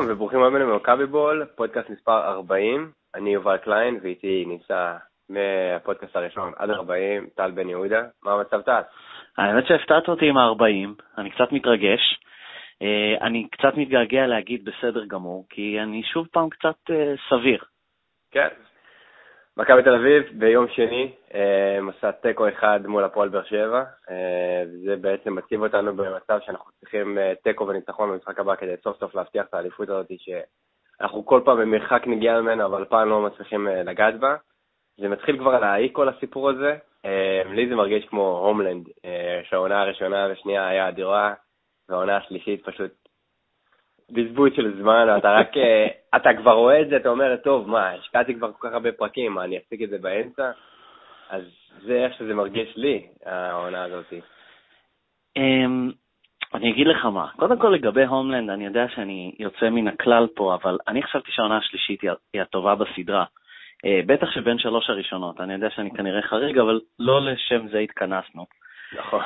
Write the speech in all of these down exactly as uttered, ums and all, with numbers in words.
וברוכים הבאים למכבי בול, פודקאסט מספר ארבעים. אני יובל קליין ואיתי נמצא מהפודקאסט הראשון עד ארבעים, טל בן יהודה. מה המצב טל? האמת שהפתעת אותי עם ה-ארבעים, אני קצת מתרגש. אני קצת מתגעגע להגיד בסדר גמור, כי אני שוב פעם קצת סביר. כן. מכבי תל אביב ביום שני מסע תיקו אחד מול הפועל באר שבע, וזה בעצם מציב אותנו במצב שאנחנו צריכים תיקו וניצחון במשחק הבא כדי סוף סוף להבטיח את האליפות הזאת שאנחנו כל פעם במרחק נגיע ממנו, אבל פעם לא מצליחים לגעת בה. זה מתחיל כבר להעיק כל הסיפור הזה. לי זה מרגיש כמו הומלנד, שהעונה הראשונה והשנייה היה אדירה, והעונה השלישית פשוט בזבוז של זמן, אתה רק, אתה כבר רואה את זה, אתה אומר, טוב, מה, השקעתי כבר כל כך הרבה פרקים, מה, אני אפסיק את זה באמצע? אז זה איך שזה מרגיש לי, העונה הזאת. אני אגיד לך מה, קודם כל לגבי הומלנד, אני יודע שאני יוצא מן הכלל פה, אבל אני חשבתי שהעונה השלישית היא הטובה בסדרה. בטח שבין שלוש הראשונות, אני יודע שאני כנראה חריג, אבל לא לשם זה התכנסנו. נכון.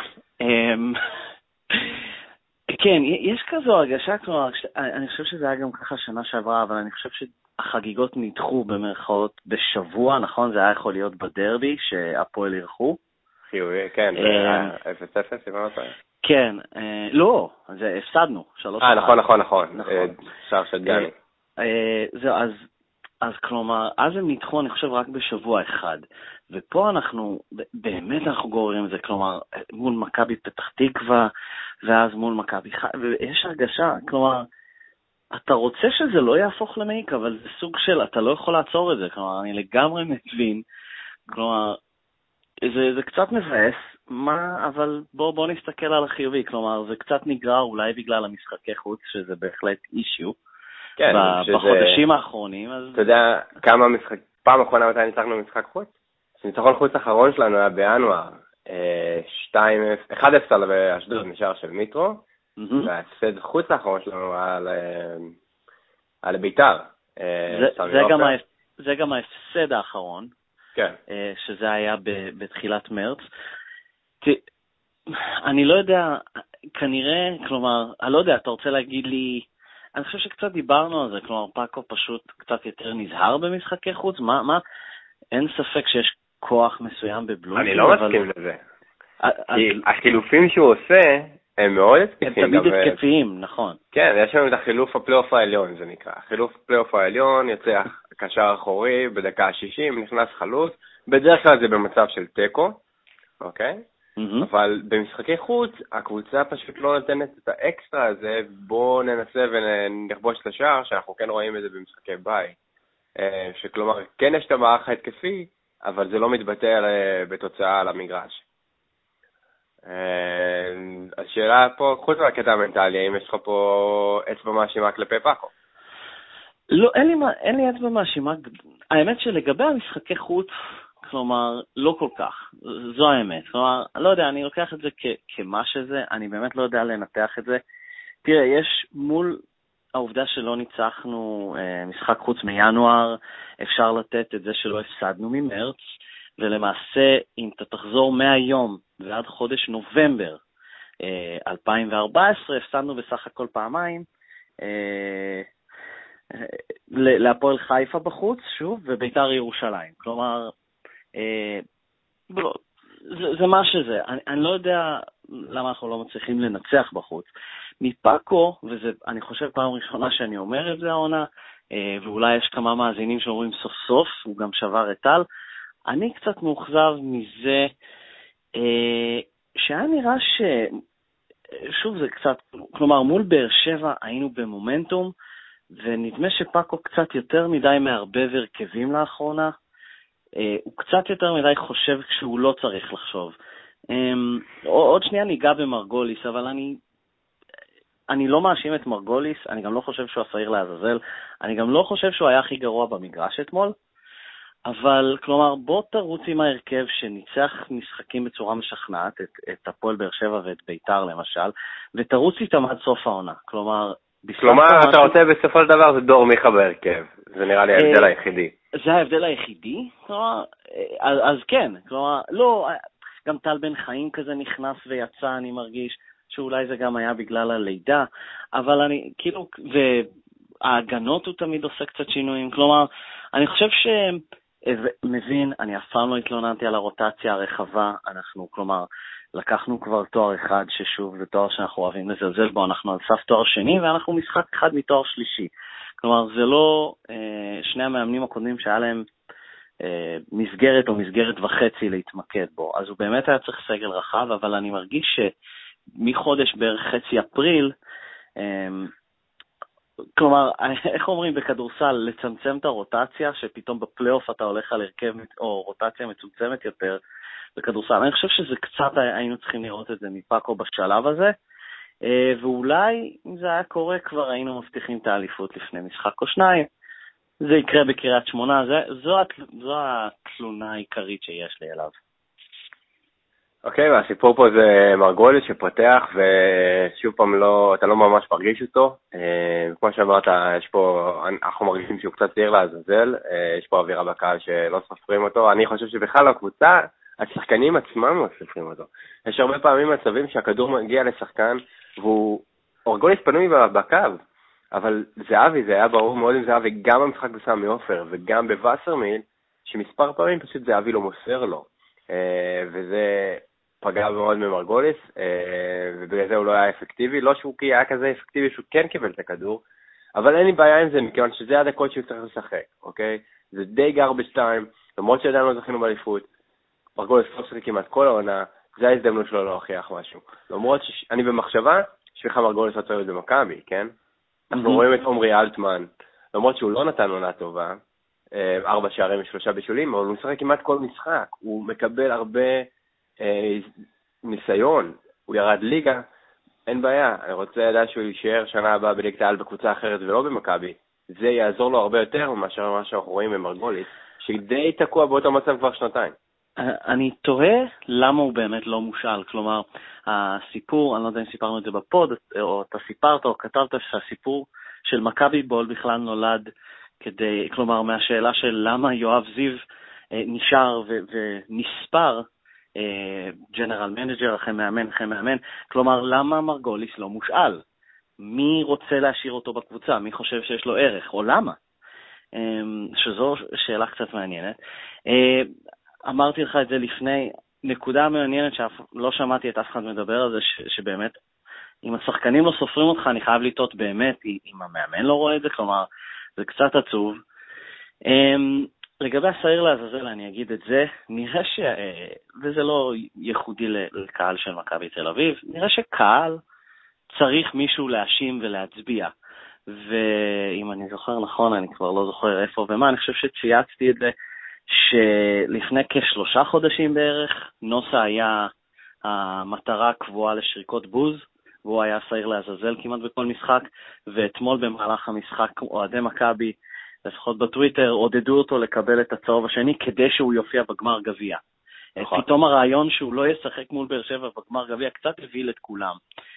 כן, יש כזו הרגשה, כלומר, אני חושב שזה היה גם ככה שנה שעברה, אבל אני חושב שהחגיגות נדחו במרכאות בשבוע, נכון? זה היה יכול להיות בדרבי שהפועל ירחו. חיובי, כן, זה היה אפס אפס, אם אני לא טועה. כן, לא, זה הפסדנו. אה, נכון, נכון, נכון. שער של גני. זהו, אז אז כלומר, אז הם נדחו, אני חושב, רק בשבוע אחד. ופה אנחנו, באמת אנחנו גוררים את זה, כלומר, מול מכבי פתח תקווה, ואז מול מכבי חיפה, ויש הרגשה, כלומר, אתה רוצה שזה לא יהפוך למעיק, אבל זה סוג של, אתה לא יכול לעצור את זה, כלומר, אני לגמרי מבין, כלומר, זה, זה קצת מבאס, מה, אבל בוא, בוא נסתכל על החיובי, כלומר, זה קצת נגרר אולי בגלל המשחקי חוץ, שזה בהחלט אישיו, כן, בחודשים האחרונים. אתה יודע כמה משחק, פעם אחרונה מתי ניצחנו במשחק חוץ? ניצחון חוץ האחרון שלנו היה בינואר, אחד אפס על אשדוד משער של מיטרו, וההפסד חוץ האחרון שלנו היה לביתר. זה גם ההפסד האחרון, שזה היה בתחילת מרץ. אני לא יודע, כנראה, כלומר, אני לא יודע, אתה רוצה להגיד לי, אני חושב שקצת דיברנו על זה, כלומר, פאקו פשוט קצת יותר נזהר במשחקי חוץ, מה, מה? אין ספק שיש כוח מסוים בבלומפילד. אני לא מסכים לזה. כי החילופים שהוא עושה, הם מאוד התקפיים. הם תמיד התקפיים, נכון. כן, יש לנו את החילוף הפלייאוף העליון, זה נקרא. החילוף הפלייאוף העליון יוצא קשר אחורי בדקה ה-שישים, נכנס חלוץ, בדרך כלל זה במצב של טקו, אוקיי? אבל במשחקי חוץ, הקבוצה פשוט לא נותנת את האקסטרה הזה, בואו ננסה ונכבוש את השער, שאנחנו כן רואים את זה במשחקי בית. שכלומר, כן יש את המערך ההתקפי, אבל זה לא מתבטא בתוצאה על המגרש. השאלה פה, חוץ מהקטע המנטלי, האם יש לך פה אצבע מאשימה כלפי פאקו? לא, אין לי, אין לי אצבע מאשימה. האמת שלגבי המשחקי חוץ, כלומר, לא כל כך. זו האמת. כלומר, לא יודע, אני לוקח את זה כ- כמה שזה, אני באמת לא יודע לנתח את זה. תראה, יש מול העובדה שלא ניצחנו אה, משחק חוץ מינואר, אפשר לתת את זה שלא הפסדנו ממרץ, ולמעשה, אם אתה תחזור מהיום ועד חודש נובמבר אה, אלפיים וארבע עשרה, הפסדנו בסך הכל פעמיים, אה, אה, להפועל חיפה בחוץ, שוב, וביתר ירושלים. כלומר, אה, לא, זה, זה מה שזה. אני, אני לא יודע למה אנחנו לא מצליחים לנצח בחוץ. מפאקו, וזה, אני חושב פעם ראשונה שאני אומר את זה העונה, אה, ואולי יש כמה מאזינים שאומרים סוף סוף, הוא גם שבר את טל, אני קצת מאוכזב מזה, אה, שהיה נראה ש... שוב, זה קצת, כלומר, מול באר שבע היינו במומנטום, ונדמה שפאקו קצת יותר מדי מערבב הרכבים לאחרונה, אה, הוא קצת יותר מדי חושב כשהוא לא צריך לחשוב. אה, עוד שנייה ניגע במרגוליס, אבל אני, אני לא מאשים את מרגוליס, אני גם לא חושב שהוא השעיר לעזאזל, אני גם לא חושב שהוא היה הכי גרוע במגרש אתמול, אבל, כלומר, בוא תרוץ עם ההרכב שניצח משחקים בצורה משכנעת, את, את הפועל באר שבע ואת ביתר למשל, ותרוץ איתם עד סוף העונה. כלומר, כלומר, אתה רוצה בסופו של דבר זה דור מיכה בהרכב. זה נראה לי ההבדל היחידי. זה ההבדל היחידי? כלומר, אז, אז כן. כלומר, לא, גם טל בן חיים כזה נכנס ויצא, אני מרגיש שאולי זה גם היה בגלל הלידה, אבל אני, כאילו, ההגנות הוא תמיד עושה קצת שינויים, כלומר, אני חושב ש... מבין, אני אף פעם לא התלוננתי על הרוטציה הרחבה, אנחנו, כלומר, לקחנו כבר תואר אחד ששוב זה תואר שאנחנו אוהבים לזלזל בו, אנחנו על סף תואר שני ואנחנו משחק אחד מתואר שלישי. כלומר, זה לא שני המאמנים הקודמים שהיה להם מסגרת או מסגרת וחצי להתמקד בו, אז הוא באמת היה צריך סגל רחב, אבל אני מרגיש שמחודש בערך חצי אפריל, כלומר, איך אומרים בכדורסל, לצמצם את הרוטציה, שפתאום בפלייאוף אתה הולך על הרכב או רוטציה מצומצמת יותר בכדורסל. אני חושב שזה קצת היינו צריכים לראות את זה מפאקו בשלב הזה, ואולי אם זה היה קורה כבר היינו מבטיחים את האליפות לפני משחק או שניים. זה יקרה בקריית שמונה, זה, זו, זו התלונה העיקרית שיש לי אליו. אוקיי, okay, והסיפור פה זה מרגוליס שפותח, ושוב פעם לא, אתה לא ממש מרגיש אותו. כמו שאמרת, יש פה, אנחנו מרגישים שהוא קצת צעיר לעזאזל, יש פה אווירה בקהל שלא סופרים אותו. אני חושב שבכלל הקבוצה, השחקנים עצמם לא סופרים אותו. יש הרבה פעמים מצבים שהכדור מגיע לשחקן, והוא, מרגוליס פנוי בקו, אבל זהבי, זה היה ברור מאוד עם זהבי, גם במשחק בסמי עופר וגם בווסרמיל, שמספר פעמים פשוט זהבי לא מוסר לו. וזה פגע מאוד ממרגוליס, ובגלל זה הוא לא היה אפקטיבי, לא שהוא היה כזה אפקטיבי שהוא כן קיבל את הכדור, אבל אין לי בעיה עם זה, מכיוון שזה הדקות שהוא צריך לשחק, אוקיי? זה די גרבג' טיים, למרות שעדיין לא זכינו באליפות, מרגוליס לא שחק כמעט כל העונה, זה ההזדמנות שלו להוכיח משהו. למרות שאני במחשבה, שביך מרגוליס רצה להיות במכבי, כן? אנחנו רואים את עומרי אלטמן, למרות שהוא לא נתן עונה טובה, ארבע שערים ושלושה בישולים, אבל הוא משחק כמעט כל משחק, הוא מקבל הרבה אה, ניסיון, הוא ירד ליגה, אין בעיה, אני רוצה לדעת שהוא יישאר שנה הבאה בליגת העל בקבוצה אחרת ולא במכבי, זה יעזור לו הרבה יותר מאשר מה שאנחנו רואים במרגוליס, שדי תקוע באותו מצב כבר שנתיים. אני תוהה למה הוא באמת לא מושאל, כלומר, הסיפור, אני לא יודע אם סיפרנו את זה בפוד, או אתה סיפרת או כתבת שהסיפור של מכבי בול בכלל נולד כדי, כלומר, מהשאלה של למה יואב זיו אה, נשאר ו- ונספר ג'נרל מנג'ר אחרי מאמן אחרי מאמן, כלומר, למה מרגוליס לא מושאל? מי רוצה להשאיר אותו בקבוצה? מי חושב שיש לו ערך? או למה? אה, שזו שאלה קצת מעניינת. אה, אמרתי לך את זה לפני, נקודה מעניינת שלא שמעתי את אף אחד מדבר על זה, ש- שבאמת, אם השחקנים לא סופרים אותך, אני חייב לטעות באמת, אם המאמן לא רואה את זה, כלומר, זה קצת עצוב. Um, לגבי השעיר לעזאזל, אני אגיד את זה, נראה ש... וזה לא ייחודי לקהל של מכבי תל אביב, נראה שקהל צריך מישהו להאשים ולהצביע. ואם אני זוכר נכון, אני כבר לא זוכר איפה ומה, אני חושב שצייצתי את זה, שלפני כשלושה חודשים בערך, נוסה היה המטרה הקבועה לשריקות בוז, והוא היה שעיר לעזאזל כמעט בכל משחק, ואתמול במהלך המשחק אוהדי מכבי, לפחות בטוויטר, עודדו אותו לקבל את הצהוב השני, כדי שהוא יופיע בגמר גביע. נכון. פתאום הרעיון שהוא לא ישחק מול באר שבע בגמר גביע, קצת הביל את כולם.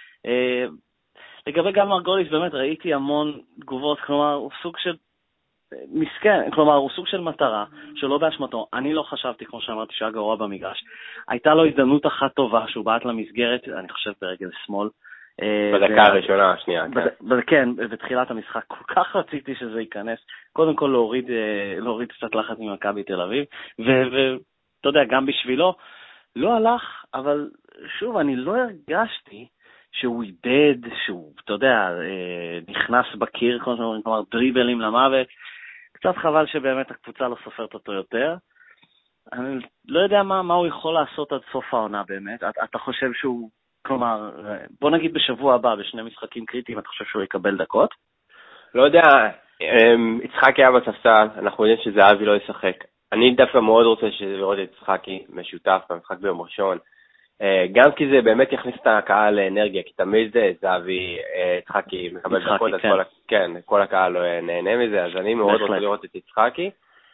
לגבי גם מרגוליס, באמת ראיתי המון תגובות, כלומר, הוא סוג של מסכן, כלומר, הוא סוג של מטרה, שלא באשמתו. אני לא חשבתי, כמו שאמרתי, שהיה גרוע במגרש. הייתה לו הזדמנות אחת טובה, שהוא בעט למסגרת, אני חושב ברגל שמאל, בדקה הראשונה, השנייה, כן. כן, בתחילת המשחק, כל כך רציתי שזה ייכנס, קודם כל להוריד, להוריד קצת לחץ ממכבי תל אביב, ואתה יודע, גם בשבילו, לא הלך, אבל שוב, אני לא הרגשתי שהוא איבד, שהוא, אתה יודע, נכנס בקיר, כלומר, דריבלים למוות, קצת חבל שבאמת הקבוצה לא סופרת אותו יותר, אני לא יודע מה, מה הוא יכול לעשות עד סוף העונה באמת, אתה, אתה חושב שהוא, כלומר, בוא נגיד בשבוע הבא, בשני משחקים קריטיים, אתה חושב שהוא יקבל דקות? לא יודע, יצחקי היה בספסל, אנחנו יודעים שזהבי לא ישחק. אני דווקא מאוד רוצה לראות את יצחקי משותף במשחק ביום ראשון, גם כי זה באמת יכניס את הקהל לאנרגיה, כי תמיד זה זהבי, יצחקי מקבל דקות, אז כל, כן, כל הקהל נהנה מזה, אז אני מאוד רוצה לראות את יצחקי.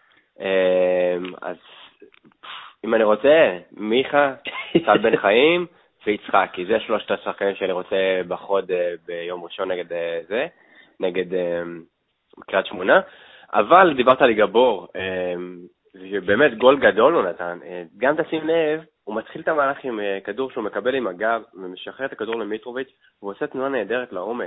אז אם אני רוצה, מיכה, טל בן חיים, ויצחקי, זה שלושת השחקנים שאני רוצה בחוד ביום ראשון נגד זה, נגד קריית שמונה, אבל דיברת על גבור, באמת גול גדול הוא נתן, גם תשים לב, הוא מתחיל את המהלך עם כדור שהוא מקבל עם הגב, ומשחרר את הכדור למיטרוביץ', והוא עושה תנועה נהדרת לעומק,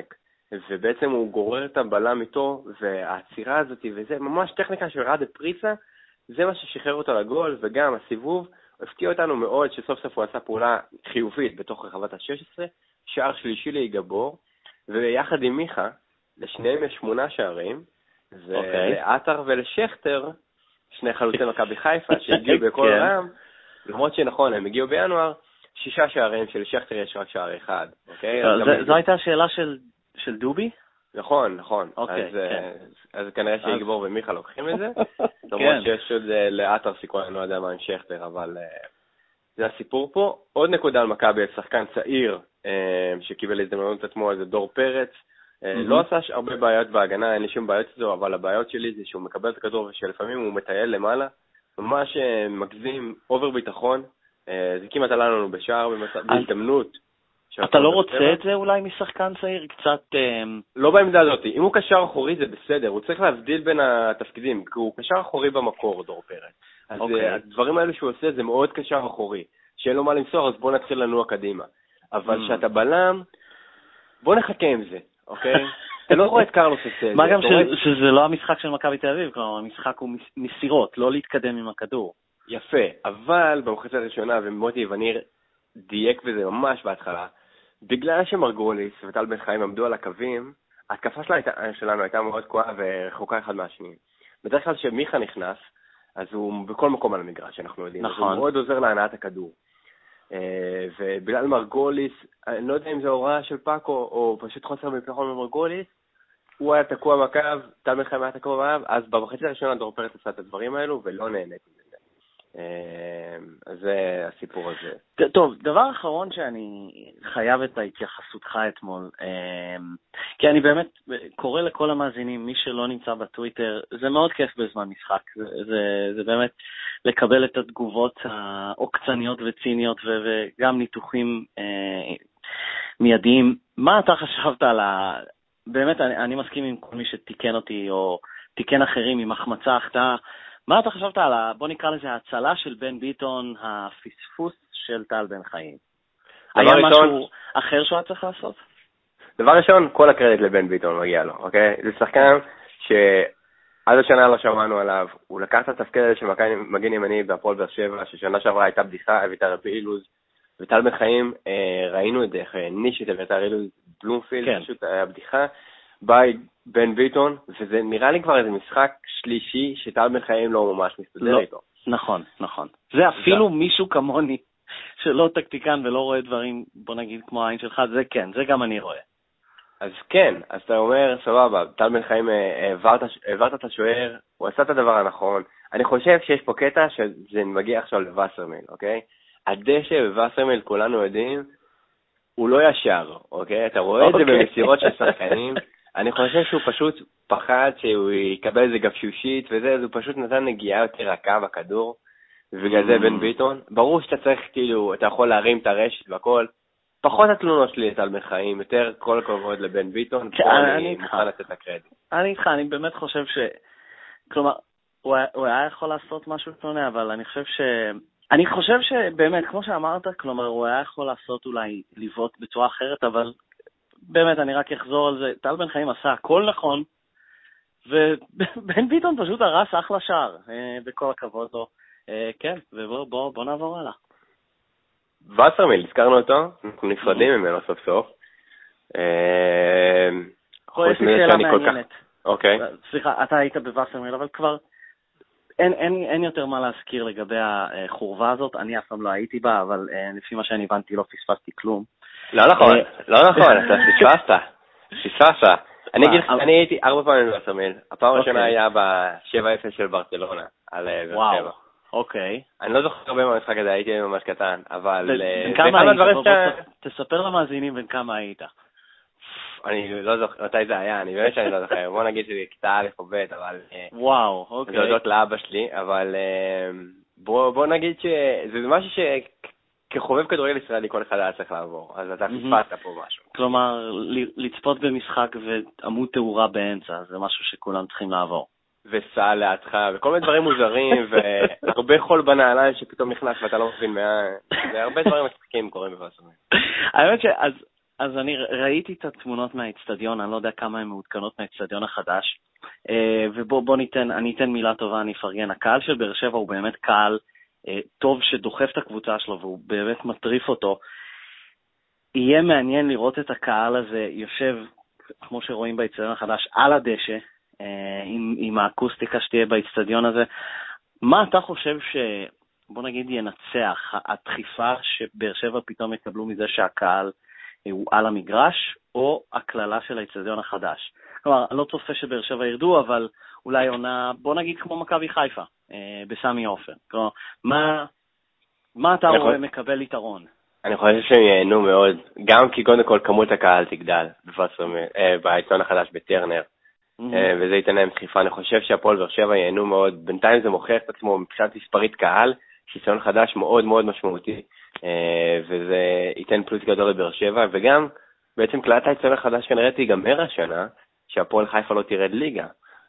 ובעצם הוא גורר את הבלם איתו, והעצירה הזאת, וזה ממש טכניקה של רדה פריצה, זה מה ששחרר אותו לגול, וגם הסיבוב הפתיע אותנו מאוד שסוף סוף הוא עשה פעולה חיובית בתוך רחבת ה-שש עשרה, שער שלישי להיגבור, ויחד עם מיכה, לשניהם יש שמונה שערים, ולעטר ולשכטר, שני חלוצי מכבי חיפה שהגיעו בכל רם, למרות שנכון, הם הגיעו בינואר, שישה שערים, שלשכטר יש רק שער אחד, אוקיי? זו הייתה השאלה של דובי? נכון, נכון. אז כנראה שיגבור ומיכה לוקחים את זה, למרות שיש עוד לעטר סיכוי, אני לא יודע מה עם שכטר, אבל זה הסיפור פה. עוד נקודה על מכבי, שחקן צעיר שקיבל הזדמנות עצמו, זה דור פרץ, לא עשה הרבה בעיות בהגנה, אין לי שום בעיות איתו, אבל הבעיות שלי זה שהוא מקבל את הכדור ושלפעמים הוא מטייל למעלה, ממש מגזים אובר ביטחון, זה כמעט עלה לנו בשער בהזדמנות. אתה לא רוצה את זה אולי משחקן צעיר? קצת... לא בעמדה הזאת, אם הוא קשר אחורי זה בסדר, הוא צריך להבדיל בין התפקידים, כי הוא קשר אחורי במקור, דור פרץ. אז הדברים האלו שהוא עושה זה מאוד קשר אחורי, שאין לו מה למסור, אז בוא נתחיל לנוע קדימה. אבל שאתה בלם, בוא נחכה עם זה. אוקיי? אתה לא רואה את קרלוס עושה. מה גם שזה לא המשחק של מכבי תל אביב, כלומר, המשחק הוא מסירות, לא להתקדם עם הכדור. יפה, אבל במחצית הראשונה, ומוטי וניר דייק בזה ממש בהתחלה, בגלל שמרגוליס וטל בן חיים עמדו על הקווים, ההתקפה שלנו הייתה מאוד תקועה ורחוקה אחד מהשני. בדרך כלל שמיכה נכנס, אז הוא בכל מקום על המגרש, אנחנו יודעים. נכון. הוא מאוד עוזר להנעת הכדור. ובגלל מרגוליס, אני לא יודע אם זה הוראה של פאקו או פשוט חוסר מפלחון במרגוליס, הוא היה תקוע בקו, טל בן חיים היה תקוע בקו, אז במחצית הראשונה דור פרץ עשה את הדברים האלו ולא נהניתי מזה. אז זה הסיפור הזה. טוב, דבר אחרון שאני חייב את ההתייחסותך אתמול, כי אני באמת קורא לכל המאזינים, מי שלא נמצא בטוויטר, זה מאוד כיף בזמן משחק, זה, זה באמת לקבל את התגובות העוקצניות וציניות וגם ניתוחים מיידיים. מה אתה חשבת על ה... באמת, אני, אני מסכים עם כל מי שתיקן אותי או תיקן אחרים עם החמצה, החטאה. מה אתה חשבת על ה... בוא נקרא לזה ההצלה של בן ביטון, הפספוס של טל בן חיים? היה ראשון, משהו אחר שהוא היה צריך לעשות? דבר ראשון, כל הקרדיט לבן ביטון מגיע לו, אוקיי? זה שחקן שעד השנה לא שמענו עליו, הוא לקח את התפקיד הזה של מגן ימני בהפועל באר שבע, ששנה שעברה הייתה בדיחה, אביתר אילוז, וטל בן חיים, אה, ראינו את זה, ניש את אביתר אילוז, בלומפילד, כן. פשוט היה בדיחה, ביי בן ביטון, וזה נראה לי כבר איזה משחק שלישי שטל בן חיים לא ממש מסתדר לא, איתו. נכון, נכון. זה אפילו זה. מישהו כמוני, שלא טקטיקן ולא רואה דברים, בוא נגיד כמו העין שלך, זה כן, זה גם אני רואה. אז כן, אז אתה אומר, סבבה, טל בן חיים העברת, העברת את השוער, הוא עשה את הדבר הנכון, אני חושב שיש פה קטע שזה מגיע עכשיו לווסרמיל, אוקיי? הדשא בווסרמיל, כולנו יודעים, הוא לא ישר, אוקיי? אתה רואה את זה במסירות של שחקנים, אני חושב שהוא פשוט פחד שהוא יקבל איזה גבשושית וזה, אז הוא פשוט נתן נגיעה יותר רכה בכדור, ובגלל זה בן ביטון. ברור שאתה צריך, כאילו, אתה יכול להרים את הרשת והכל, פחות התלונות שלי לטל בן חיים, יותר כל הכבוד לבן ביטון, פה אני מוכן לתת את הקרדיט. אני איתך, אני באמת חושב ש... כלומר, הוא היה יכול לעשות משהו שונה, אבל אני חושב ש... אני חושב שבאמת, כמו שאמרת, כלומר, הוא היה יכול לעשות אולי לבעוט בצורה אחרת, אבל באמת, אני רק אחזור על זה. טל בן חיים עשה הכל נכון, ובן ביטון פשוט הרס אחלה שער, בכל הכבוד לו. כן, ובוא בוא, בוא נעבור הלאה. וסרמיל, הזכרנו אותו, אנחנו נפרדים ממנו סוף סוף. פה יש לי שאלה מעניינת. אוקיי. סליחה, אתה היית בווסרמיל, אבל כבר... אין, אין, אין יותר מה להזכיר לגבי החורבה הזאת, אני אף פעם לא הייתי בה, אבל לפי מה שאני הבנתי לא פספסתי כלום. לא נכון, לא נכון, אתה פספסת, פספסת. אני אגיד, אני הייתי ארבע פעמים בווסרמיל, הפעם הראשונה היה ב-שבע אפס של ברצלונה, על באר שבע. אוקיי. אני לא זוכר הרבה מהמשחק הזה, הייתי ממש קטן, אבל... בין כמה היית? תספר למאזינים בין כמה היית. אני לא זוכר, מתי זה היה, אני באמת שאני לא זוכר, בוא נגיד שזה כיתה א' או ב', אבל... וואו, אוקיי. זה הודות לאבא שלי, אבל בוא נגיד שזה משהו שכחובב כדורגל ישראלי כל אחד היה צריך לעבור, אז אתה פספסת פה משהו. כלומר, לצפות במשחק ועמוד תאורה באמצע, זה משהו שכולם צריכים לעבור. וסע לידך, וכל מיני דברים מוזרים, והרבה חול בנעליים שפתאום נכנס ואתה לא מבין מה... זה הרבה דברים מצחיקים קורים בווסרמיל. האמת שאז... אז אני ראיתי את התמונות מהאצטדיון, אני לא יודע כמה הן מעודכנות מהאצטדיון החדש, ובוא ניתן, אני אתן מילה טובה, אני אפרגן. הקהל של באר שבע הוא באמת קהל טוב שדוחף את הקבוצה שלו, והוא באמת מטריף אותו. יהיה מעניין לראות את הקהל הזה יושב, כמו שרואים באצטדיון החדש, על הדשא, עם, עם האקוסטיקה שתהיה באצטדיון הזה. מה אתה חושב ש... בוא נגיד ינצח, הדחיפה שבאר שבע פתאום יקבלו מזה שהקהל הוא על המגרש, או הכללה של האצטדיון החדש? כלומר, אני לא צופה שבאר שבע ירדו, אבל אולי עונה, בוא נגיד כמו מכבי חיפה, אה, בסמי עופר. כלומר, מה, מה אתה רואה יכול... מקבל יתרון? אני חושב שהם ייהנו מאוד, גם כי קודם כל כמות הקהל תגדל אה, באצטדיון החדש בטרנר, mm-hmm. אה, וזה ייתן להם דחיפה. אני חושב שהפועל באר שבע ייהנו מאוד, בינתיים זה מוכיח את עצמו מבחינת מספרית קהל, שאצטדיון חדש מאוד מאוד משמעותי, וזה ייתן פלוס גדול לבאר שבע, וגם בעצם קלעת האצטדיון החדש כנראה תיגמר השנה, שהפועל חיפה לא תרד ליגה.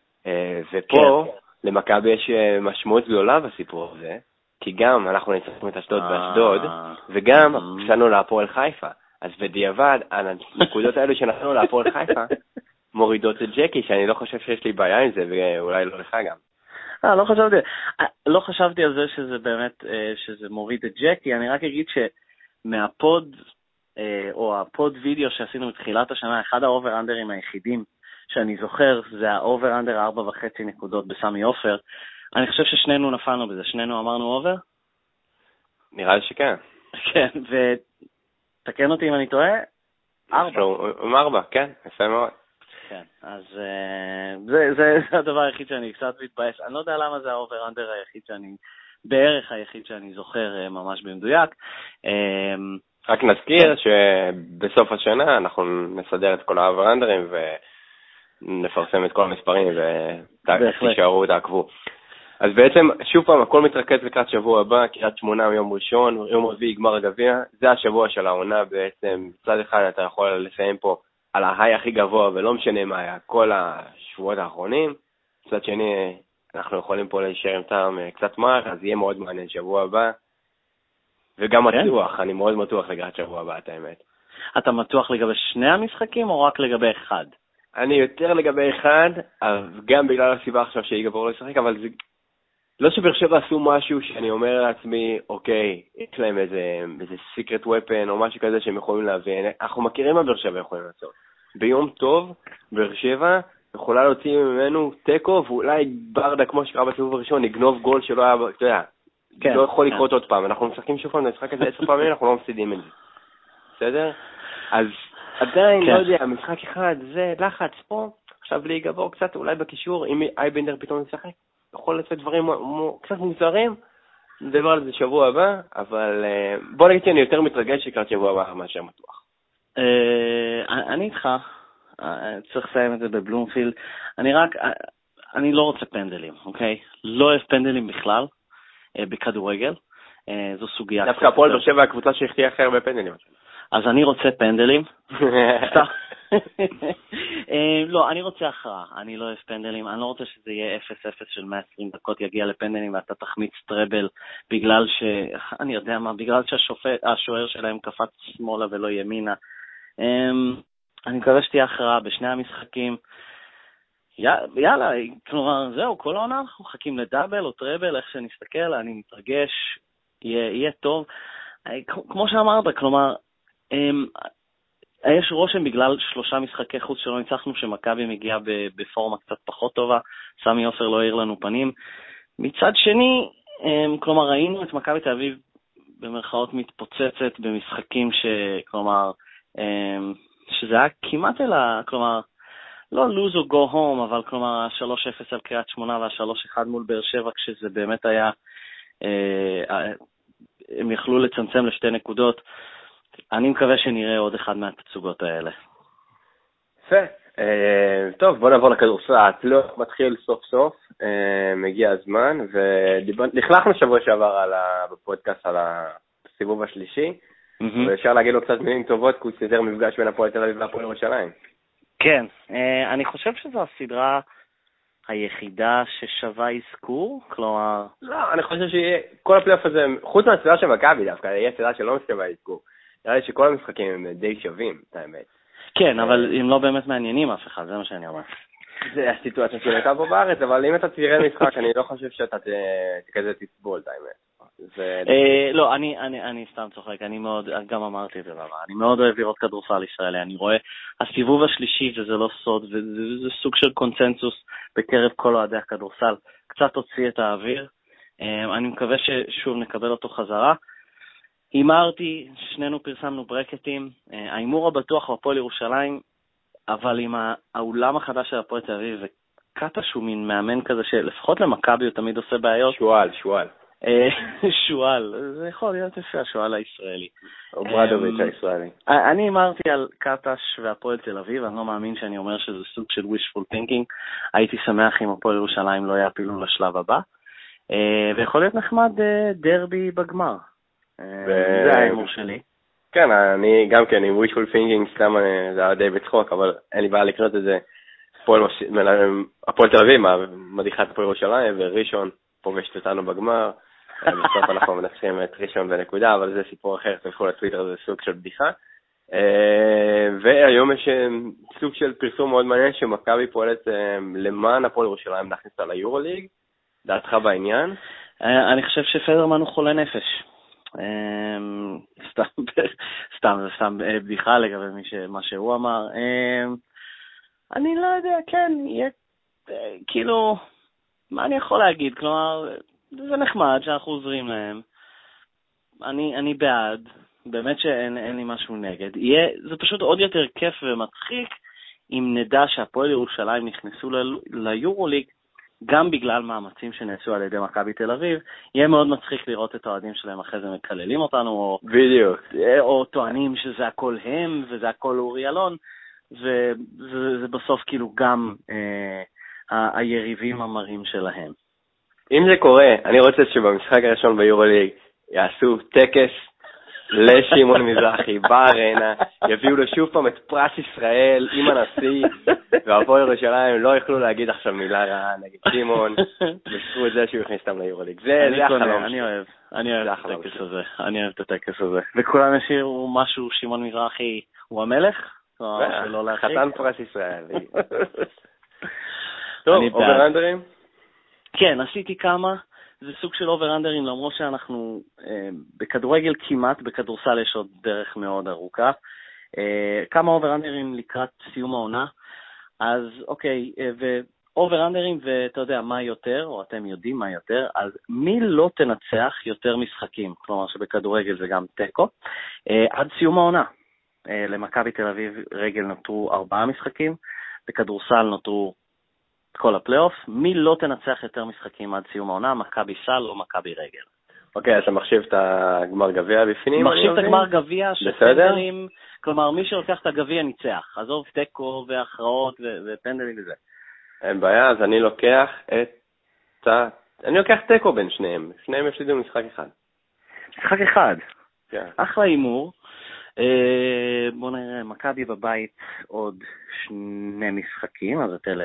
ופה למכבי יש משמעות גדולה בסיפור הזה, כי גם אנחנו ניצחנו את אשדוד באשדוד, וגם הפסדנו להפועל חיפה. אז בדיעבד, הנקודות האלו שנתנו להפועל חיפה, מורידות את ג'קי, שאני לא חושב שיש לי בעיה עם זה, ואולי לא לך גם. אה, לא חשבתי, לא חשבתי על זה שזה באמת, שזה מוריד את ג'קי. אני רק אגיד שמהפוד, או הפוד וידאו שעשינו מתחילת השנה, אחד האובר-אנדרים היחידים שאני זוכר, זה האובר-אנדר ארבע וחצי נקודות בסמי עופר. אני חושב ששנינו נפלנו בזה. שנינו אמרנו אובר? נראה לי שכן. כן, ותקן אותי אם אני טועה, ארבע. עם ארבע, כן, יפה מאוד. כן, אז זה, זה, זה הדבר היחיד שאני קצת מתבאס. אני לא יודע למה זה האובר-אנדר היחיד שאני, בערך היחיד שאני זוכר ממש במדויק. רק נזכיר שבסוף השנה אנחנו נסדר את כל האובר-אנדרים ונפרסם את כל המספרים ותישארו, תעקבו. אז בעצם, שוב פעם, הכל מתרכז לקראת שבוע הבא, קריית שמונה מיום ראשון, יום רביעי גמר הגביע. זה השבוע של העונה בעצם. מצד אחד אתה יכול לסיים פה על ההיי הכי גבוה, ולא משנה מה היה, כל השבועות האחרונים. מצד שני, אנחנו יכולים פה להישאר עם טעם קצת מר, אז יהיה מאוד מעניין שבוע הבא. וגם מתוח, אני מאוד מתוח לגבי שבוע הבא, את האמת. אתה מתוח לגבי שני המשחקים, או רק לגבי אחד? אני יותר לגבי אחד, גם בגלל הסיבה עכשיו שיגבור לא ישחק, אבל זה... לא שבאר שבע עשו משהו שאני אומר לעצמי, אוקיי, יש להם איזה, איזה secret weapon או משהו כזה שהם יכולים להביא. אנחנו מכירים מה באר שבע יכולים לעשות. ביום טוב, באר שבע יכולה להוציא ממנו טקו, ואולי ברדה, כמו שקרה בסיבוב הראשון, נגנוב גול שלא היה, אתה יודע, כן, לא יכול כן. לקרות עוד פעם. אנחנו משחקים שוב פעם, נשחק את זה עשר פעמים, אנחנו לא מפסידים את זה. בסדר? אז עדיין, כן. לא יודע, משחק אחד, זה לחץ פה, עכשיו להיגבור קצת אולי בקישור, אם אייבנדר פתאום ישחק. יכול לצאת דברים קצת מוזרים, נדבר על זה שבוע הבא, אבל בוא נגיד שאני יותר מתרגש שקראת שבוע הבא מאשר מתוח. אני איתך, צריך לסיים את זה בבלומפילד. אני רק, אני לא רוצה פנדלים, אוקיי? לא אוהב פנדלים בכלל, בכדורגל. זו סוגיה. דווקא הפועל באר שבע הקבוצה שהחטיאה הכי הרבה פנדלים. אז אני רוצה פנדלים. סתם. לא, אני רוצה הכרעה, אני לא אוהב פנדלים, אני לא רוצה שזה יהיה אפס אפס של מאה ועשרים דקות, יגיע לפנדלים ואתה תחמיץ טראבל בגלל ש... אני יודע מה, בגלל שהשוער שלהם קפץ שמאלה ולא ימינה. אני מקווה שתהיה הכרעה בשני המשחקים. יאללה, כלומר, זהו, כל העונה אנחנו חכים לדאבל או טראבל, איך שנסתכל, אני מתרגש, יהיה טוב. כמו שאמרת, כלומר, יש רושם בגלל שלושה משחקי חוץ שלא ניצחנו שמכבי מגיעה בפורמה קצת פחות טובה, סמי עופר לא העיר לנו פנים. מצד שני, כלומר, ראינו את מכבי תל אביב במרכאות מתפוצצת במשחקים ש... כלומר, שזה היה כמעט אלא, כלומר, לא lose or go home, אבל כלומר, שלוש אפס על קריית שמונה וה-שלוש אחד מול באר שבע, כשזה באמת היה, הם יכלו לצמצם לשתי נקודות. אני מקווה שנראה עוד אחד מהתצוגות האלה. יפה. טוב, בוא נעבור לכדורסל. הפלייאוף מתחיל סוף סוף, מגיע הזמן, ונכלחנו שבוע שעבר בפודקאסט על הסיבוב השלישי, ואפשר להגיד לו קצת מילים טובות, כי הוא סדר מפגש בין הפועל תל אביב והפועל ירושלים. כן, אני חושב שזו הסדרה היחידה ששווה אזכור, כלומר... לא, אני חושב שכל הפלייאוף הזה, חוץ מהסדרה של מכבי דווקא, יהיה סדרה שלא שווה אזכור. נראה לי שכל המשחקים הם די שווים, את האמת. כן, אבל הם לא באמת מעניינים אף אחד, זה מה שאני אומר. זה הסיטואציה שהייתה פה בארץ, אבל אם אתה תראה משחק, אני לא חושב שאתה כזה תסבול, את האמת. לא, אני סתם צוחק, אני מאוד, גם אמרתי את זה למה, אני מאוד אוהב לראות כדורסל ישראלי, אני רואה הסיבוב השלישי, וזה לא סוד, וזה סוג של קונצנזוס בקרב כל אוהדי הכדורסל, קצת הוציא את האוויר, אני מקווה ששוב נקבל אותו חזרה. הימרתי, שנינו פרסמנו ברקטים, האימור הבטוח הוא הפועל ירושלים, אבל עם האולם החדש של הפועל תל אביב, וקטה שהוא מין מאמן כזה שלפחות למכבי הוא תמיד עושה בעיות. שואל, שואל. שואל, זה יכול להיות יפה, השואל הישראלי. או ברדוביץ' הישראלי. אני אמרתי על קטש והפועל תל אביב, אני לא מאמין שאני אומר שזה סוג של wishful thinking, הייתי שמח אם הפועל ירושלים לא יעפילו לשלב הבא, ויכול להיות נחמד דרבי בגמר. זה האימור שלי. כן, אני גם כן עם wishful thinking, סתם זה היה די בצחוק, אבל אין לי בעיה לקנות את זה. הפועל תל אביב מדיחה את הפועל ירושלים, וראשון פוגשת אותנו בגמר. בסוף אנחנו מנצחים את ראשון בנקודה, אבל זה סיפור אחר, תלכו לטוויטר, זה סוג של בדיחה. והיום יש סוג של פרסום מאוד מעניין, שמכבי פועלת למען הפועל ירושלים להכניס אותה ליורוליג. דעתך בעניין? אני חושב שפדרמן הוא חולה נפש. סתם, זה סתם בדיחה לגבי מה שהוא אמר. אני לא יודע, כן, יהיה, כאילו, מה אני יכול להגיד? כלומר, זה נחמד שאנחנו עוזרים להם. אני, אני בעד, באמת שאין אין לי משהו נגד. יהיה, זה פשוט עוד יותר כיף ומצחיק אם נדע שהפועל ירושלים נכנסו ל- ליורוליג, גם בגלל מאמצים שנעשו על ידי מכבי תל אביב. יהיה מאוד מצחיק לראות את האוהדים שלהם אחרי זה מקללים אותנו, או, בדיוק. או טוענים שזה הכל הם וזה הכל אורי אלון, וזה זה בסוף כאילו גם אה, ה- היריבים המרים שלהם. אם זה קורה, אני רוצה שבמשחק הראשון ביורוליג יעשו טקס לשמעון מזרחי בארנה, יביאו לו שוב פעם את פרס ישראל עם הנשיא, והפועל ירושלים לא יוכלו להגיד עכשיו מילה רעה נגד שמעון, ושכו את זה שהוא יכניס אותם ליורוליג. זה, זה החלום. אני אוהב, אני אוהב את הטקס הזה, אני אוהב את הטקס הזה. וכולם ישירו משהו, שמעון מזרחי הוא המלך? חתן פרס ישראל. טוב, אוברנדרים? כן, עשיתי כמה. זה סוג של אוברנדרים, למרות שאנחנו אה, בכדורגל כמעט, בכדורסל יש עוד דרך מאוד ארוכה. אה, כמה אוברנדרים לקראת סיום העונה. אז אוקיי, אה, ואוברנדרים, ואתה יודע מה יותר, או אתם יודעים מה יותר, אז מי לא תנצח יותר משחקים? כלומר שבכדורגל זה גם טקו. אה, עד סיום העונה. אה, למכבי תל אביב רגל נותרו ארבעה משחקים, בכדורסל נותרו כל הפלייאוף, מי לא תנצח יותר משחקים עד סיום העונה, מכבי סל או מכבי רגל. אוקיי, אתה מחשיב את הגמר גביע בפנים? מחשיב את הגמר גביע, שפנדלים, כלומר מי שלוקח את הגביע ניצח, עזוב טקו והכרעות ופנדלים וזה. אין בעיה, אז אני לוקח את ה... אני לוקח טקו בין שניהם, שניהם יפסידו משחק אחד. משחק אחד? כן. אחלה אימור. בוא נראה, מכבי בבית עוד שני משחקים, אז אתם...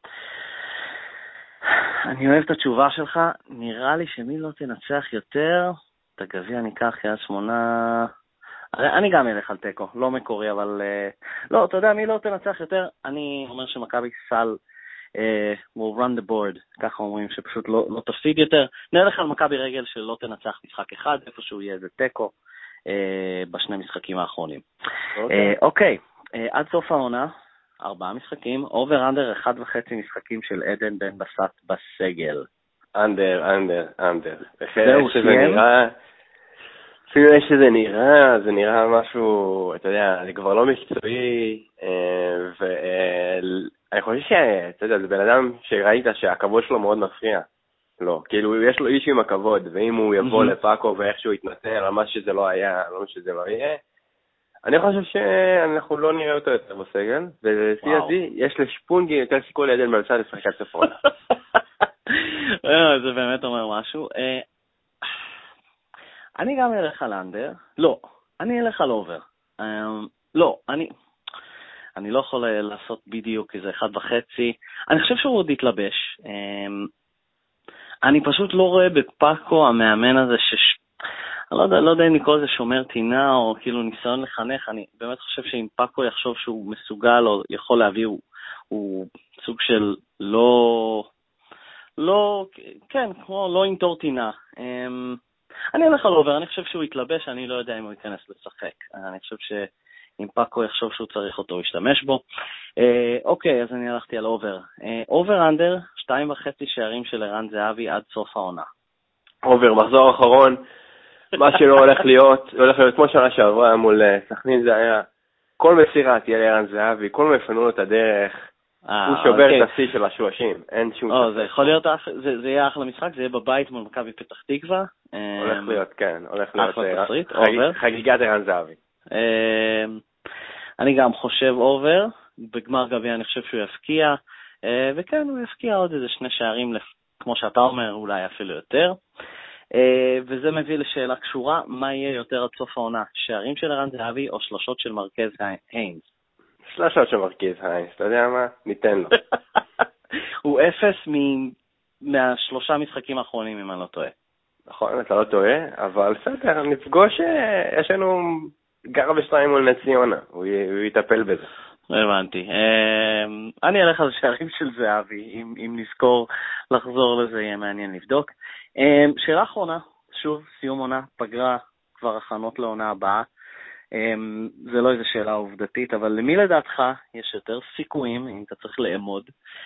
אני אוהב את התשובה שלך, נראה לי שמי לא תנצח יותר, את הגביע ניקח קריית שמונה, אני גם אלך על טקו, לא מקורי, אבל לא, אתה יודע, מי לא תנצח יותר, אני אומר שמכבי סל uh, will run the board, ככה אומרים שפשוט לא, לא תפסיד יותר, נלך על מכבי רגל שלא תנצח משחק אחד, איפה שהוא יהיה זה טקו, uh, בשני משחקים האחרונים. אוקיי, okay. uh, okay. uh, עד סוף העונה, ארבעה משחקים, אובר אנדר אחד וחצי משחקים של עדן בן בסט בסגל. אנדר, אנדר, אנדר. זהו, סיים? אפילו איך שזה נראה, זה נראה משהו, אתה יודע, זה כבר לא מקצועי, ואני חושב שאתה יודע, זה בן אדם שראית שהכבוד שלו מאוד מפריע. לא, כאילו יש לו איש עם הכבוד, ואם הוא יבוא לפאקו ואיכשהו יתנתן על מה שזה לא היה, לא מה שזה לא יהיה, אני חושב שאנחנו לא נראה אותו יותר בסגל, ו-סי אס די יש לשפונגי יותר סיכוי לידן מלצה לשחקת צפון. זה באמת אומר משהו. אני גם אלך על אנדר. לא, אני אלך על אובר. לא, אני... אני לא יכול לעשות בדיוק איזה אחד וחצי. אני חושב שהוא עוד יתלבש. אני פשוט לא רואה בפאקו המאמן הזה ש... אני לא יודע, לא יודע אם לקרוא לזה שומר טינה או כאילו ניסיון לחנך, אני באמת חושב שאם פאקו יחשוב שהוא מסוגל או יכול להביא, הוא, הוא סוג של לא, לא, כן, כמו לא אינטור טינה. אני הולך על אובר, אני חושב שהוא יתלבש, אני לא יודע אם הוא ייכנס לשחק. אני חושב שאם פאקו יחשוב שהוא צריך אותו, הוא ישתמש בו. אוקיי, אז אני הלכתי על אובר. אובר אנדר, שתיים וחצי שערים של ערן זהבי עד סוף העונה. אובר, מחזור אחרון. מה שלא הולך להיות, לא הולך להיות כמו שנה שעברה מול סכנין, זה היה כל מסירה תהיה לערן זהבי, כל מפנו לו את הדרך, הוא שובר את השיא של השלושים, אין שום ספק. זה יכול להיות, זה יהיה אחלה משחק, זה יהיה בבית מול מכבי פתח תקווה. הולך להיות, כן, הולך להיות חגיגת ערן זהבי. אני גם חושב אובר, בגמר גביע אני חושב שהוא יפקיע, וכן, הוא יפקיע עוד איזה שני שערים, כמו שאתה אומר, אולי אפילו יותר. וזה מביא לשאלה קשורה, מה יהיה יותר עד סוף העונה, שערים של ערן זהבי או שלושות של מרכז היינס? שלושות של מרכז היינס, אתה יודע מה? ניתן לו. הוא אפס מהשלושה משחקים האחרונים, אם אני לא טועה. נכון, אתה לא טועה, אבל בסדר, נפגוש, יש לנו גרה בשתיים מול נס ציונה, הוא יטפל בזה. הבנתי. אני אלך על שערים של זהבי, אם נזכור לחזור לזה, יהיה מעניין לבדוק. שאלה אחרונה, שוב, סיום עונה, פגרה, כבר הכנות לעונה הבאה. זה לא איזו שאלה עובדתית, אבל למי לדעתך יש יותר סיכויים, אם אתה צריך לאמוד,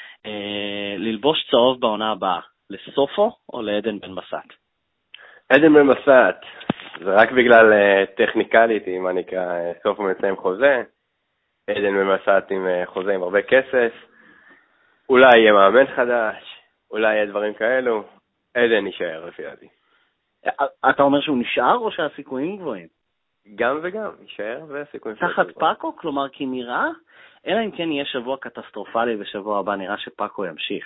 ללבוש צהוב בעונה הבאה? לסופו או לעדן בן בסט? עדן בן בסט, זה רק בגלל טכניקלית, אם אני נקרא, סופו מסיים חוזה. עדן בן בסט עם חוזה עם הרבה כסף. אולי יהיה מאמן חדש, אולי יהיה דברים כאלו. עדן נשאר, לפי דעתי. אתה אומר שהוא נשאר או שהסיכויים גבוהים? גם וגם, נשאר והסיכויים גבוהים. תחת פאקו? כלומר, כי נראה, אלא אם כן יהיה שבוע קטסטרופלי ושבוע הבא נראה שפאקו ימשיך.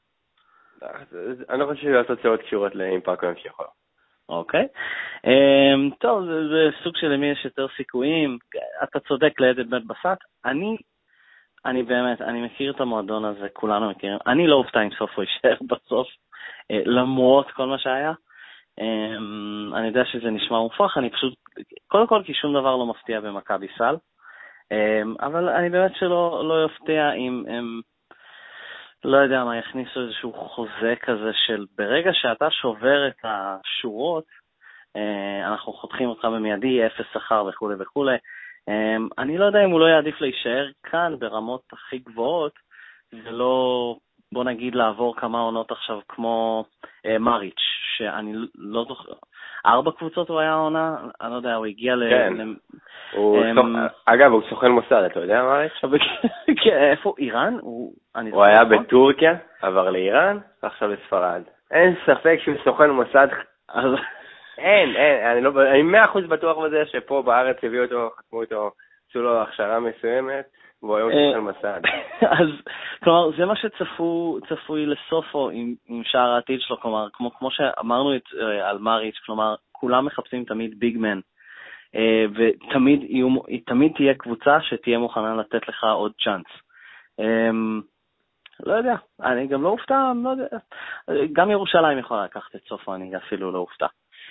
אני לא חושב שזה תוצאות קשורות לאם פאקו ימשיך. אוקיי. טוב, זה סוג של למי יש יותר סיכויים. אתה צודק לעדן בן בסט. אני... אני באמת, אני מכיר את המועדון הזה, כולנו מכירים. אני לא אופתע אם סופו יישאר בסוף, למרות כל מה שהיה. אני יודע שזה נשמע מופרך, אני פשוט, קודם כל כי שום דבר לא מפתיע במכבי סל, אבל אני באמת שלא לא יפתיע אם הם, לא יודע מה, יכניסו איזשהו חוזה כזה של ברגע שאתה שובר את השורות, אנחנו חותכים אותך במיידי, אפס שכר וכו' וכו'. אני לא יודע אם הוא לא יעדיף להישאר כאן ברמות הכי גבוהות, ולא, בוא נגיד, לעבור כמה עונות עכשיו כמו אה, מריץ', שאני לא זוכר, ארבע קבוצות הוא היה עונה, אני לא יודע, הוא הגיע ל... כן, ל... הוא הם... סוכ... אגב, הוא סוכן מוסד, אתה יודע מריץ'? כן, איפה, איראן? הוא, הוא היה נכון? בטורקיה, עבר לאיראן, ועכשיו לספרד. אין ספק שהוא סוכן מוסד... אז... אין, אין, אני לא, אני מאה אחוז בטוח בזה שפה בארץ הביאו אותו, חתמו אותו, עשו לו הכשרה מסוימת, והוא היום סוכן מסד. אז, כלומר, זה מה שצפוי לסופו עם, עם שער העתיד שלו, כלומר, כמו, כמו שאמרנו את, על מריץ', כלומר, כולם מחפשים תמיד ביגמן, ותמיד יהיו, תמיד תהיה קבוצה שתהיה מוכנה לתת לך עוד צ'אנס. לא יודע, אני גם לא אופתע, לא יודע, גם ירושלים יכולה לקחת את סופו, אני אפילו לא אופתע.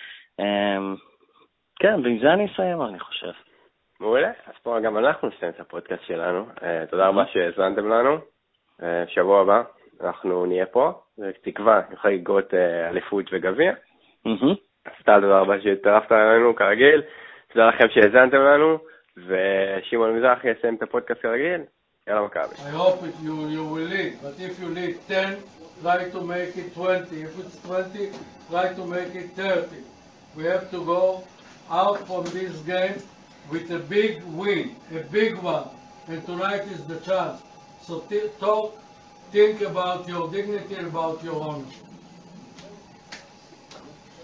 כן, ועם זה אני אסיים, אני חושב. מעולה, אז פה גם אנחנו נסיים את הפודקאסט שלנו. תודה רבה שהזמנתם לנו. שבוע הבא אנחנו נהיה פה, תקווה, חגיגות אליפות וגביע. אז תודה רבה שהצטרפת אלינו כרגיל. תודה לכם שהזמנתם לנו, ושמעון מזרחי יסיים את הפודקאסט כרגיל. יאללה מכבי. I hope it, you, you will lead, but if you lead ten, try to make it twenty. If it's twenty, try to make it thirty. We have to go out from this game with a big win, a big one, and tonight is the chance. So t- talk, think about your dignity and about your honor.